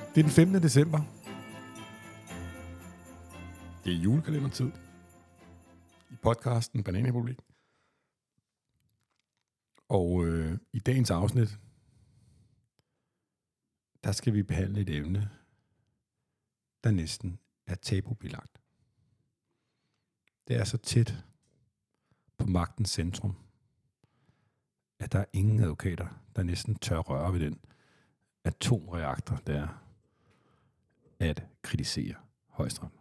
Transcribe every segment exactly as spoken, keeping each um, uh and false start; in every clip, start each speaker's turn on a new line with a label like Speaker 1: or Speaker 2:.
Speaker 1: Det er den femtende december. Det er julekalendertid. I podcasten Bananrepublik. Og øh, i dagens afsnit, der skal vi behandle et emne, der næsten er tabubelagt. Det er så tæt på magtens centrum, at der er ingen advokater, der næsten tør røre ved den atomreaktor, der er at kritisere Højesteret.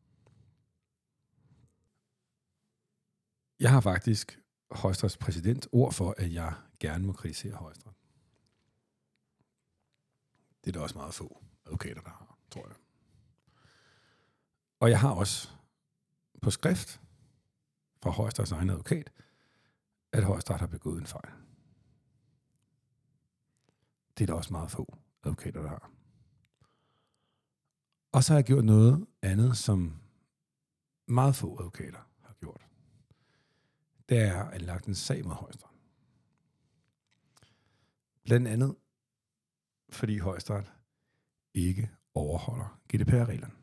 Speaker 1: Jeg har faktisk Højesterets præsident ord for, at jeg gerne må kritisere Højesteret. Det er der også meget få advokater, der har, tror jeg. Og jeg har også på skrift fra Højesterets egen advokat, at Højesteret har begået en fejl. Det er der også meget få advokater, der har. Og så har jeg gjort noget andet, som meget få advokater har gjort. Det er at lagt en sag mod Højesteret. Blandt andet, fordi Højesteret ikke overholder G D P R-reglerne.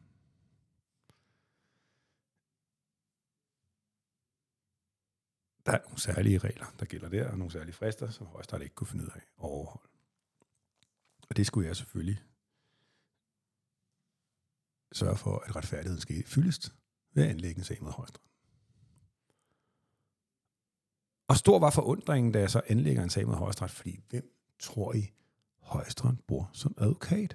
Speaker 1: Der er nogle særlige regler, der gælder der, og nogle særlige frister, som Højesteret ikke kunne finde ud af at overholde. Og det skulle jeg selvfølgelig sørge for, at retfærdigheden skal fyldest ved at anlægge en sag mod Højesteret. Og stor var forundringen, da jeg så anlægger en sag mod Højesteret, fordi hvem tror I Højesteret bruger som advokat?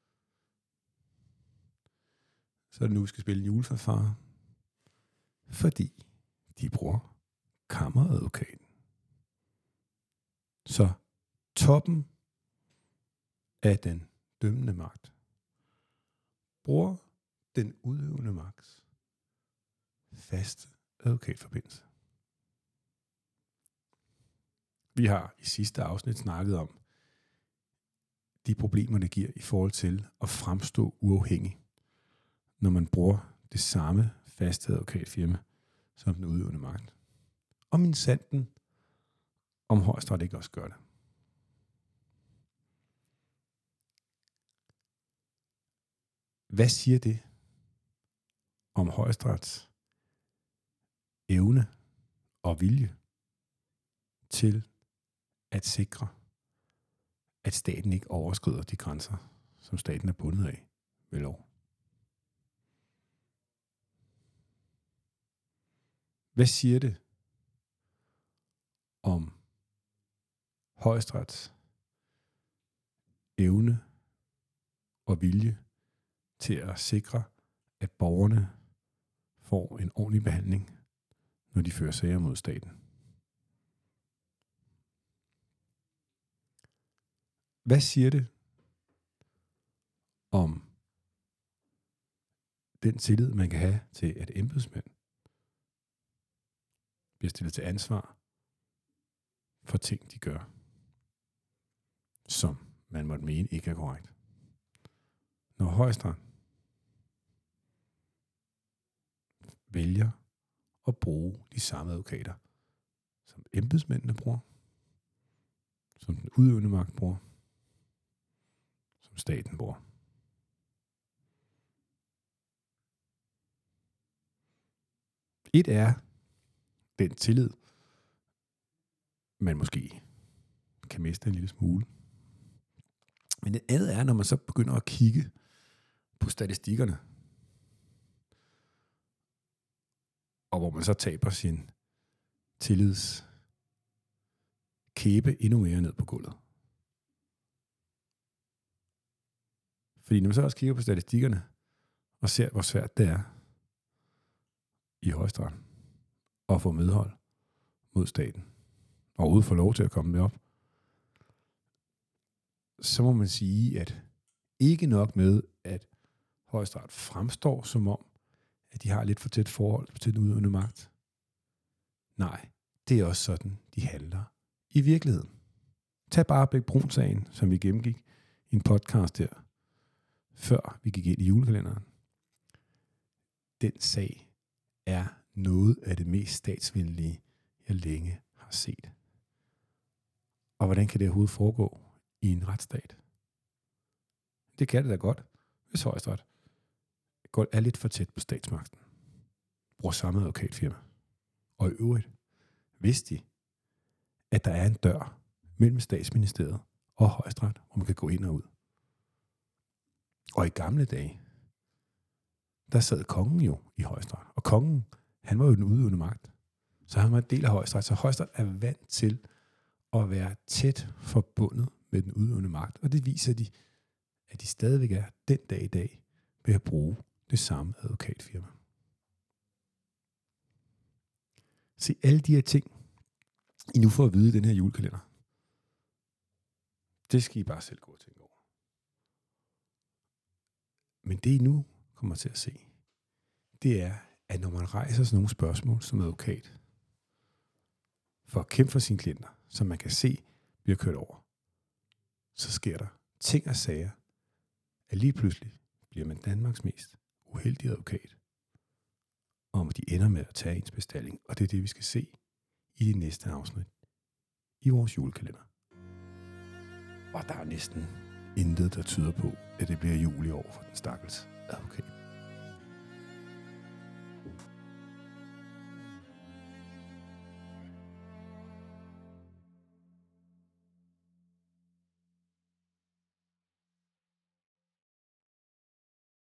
Speaker 1: Så er det nu, vi skal spille en julefanfare. Fordi de bruger kammeradvokaten. Så toppen af den dømmende magt bruger den udøvende magts faste advokatforbindelse. Vi har i sidste afsnit snakket om de problemer, det giver i forhold til at fremstå uafhængig, når man bruger det samme faste advokatfirma som den udøvende magt. Og min sanden, om Højesteret ikke også gør det. Hvad siger det om Højesterets evne og vilje til at sikre, at staten ikke overskrider de grænser, som staten er bundet af ved lov? Hvad siger det om Højesterets evne og vilje til at sikre, at borgerne får en ordentlig behandling, når de fører sager mod staten? Hvad siger det om den tillid, man kan have til, at embedsmænd bliver stillet til ansvar for ting, de gør, som man måtte mene ikke er korrekt? Når Højesteret vælger at bruge de samme advokater, som embedsmændene bruger, som den udøvende magt bruger, som staten bruger. Et er den tillid, man måske kan miste en lille smule. Men det andet er, når man så begynder at kigge på statistikkerne, og hvor man så taber sin tillids kæbe endnu mere ned på gulvet. Fordi når man så også kigger på statistikkerne, og ser, hvor svært det er i Højesteret at få medhold mod staten, og overhovedet få lov til at komme derop, så må man sige, at ikke nok med, at Højesteret fremstår som om, at de har lidt for tæt forhold til den udøvende magt. Nej, det er også sådan, de handler i virkeligheden. Tag bare Bæk Brun-sagen, som vi gennemgik i en podcast der, før vi gik ind i julekalenderen. Den sag er noget af det mest statsvenlige, jeg længe har set. Og hvordan kan det overhovedet foregå i en retsstat? Det kan det da godt, hvis Højesteret går er lidt for tæt på statsmagten. Bruger samme advokatfirma. Og i øvrigt vidste de, at der er en dør mellem statsministeriet og Højesteret, hvor man kan gå ind og ud. Og i gamle dage, der sad kongen jo i Højesteret. Og kongen, han var jo den udøvende magt. Så han var en del af Højesteret. Så Højesteret er vant til at være tæt forbundet med den udøvende magt. Og det viser de, at de stadigvæk er den dag i dag ved at bruge det samme advokatfirma. Se, alle de her ting, I nu får at vide i den her julekalender, det skal I bare selv gå og tænke over. Men det I nu kommer til at se, det er, at når man rejser sådan nogle spørgsmål som advokat, for at kæmpe for sine klienter, som man kan se bliver kørt over, så sker der ting og sager, at lige pludselig bliver man Danmarks mest uheldige advokat, om de ender med at tage ens bestilling. Og det er det, vi skal se i de næste afsnit i vores julekalender. Og der er næsten intet, der tyder på, at det bliver jul i år for den stakkels advokat.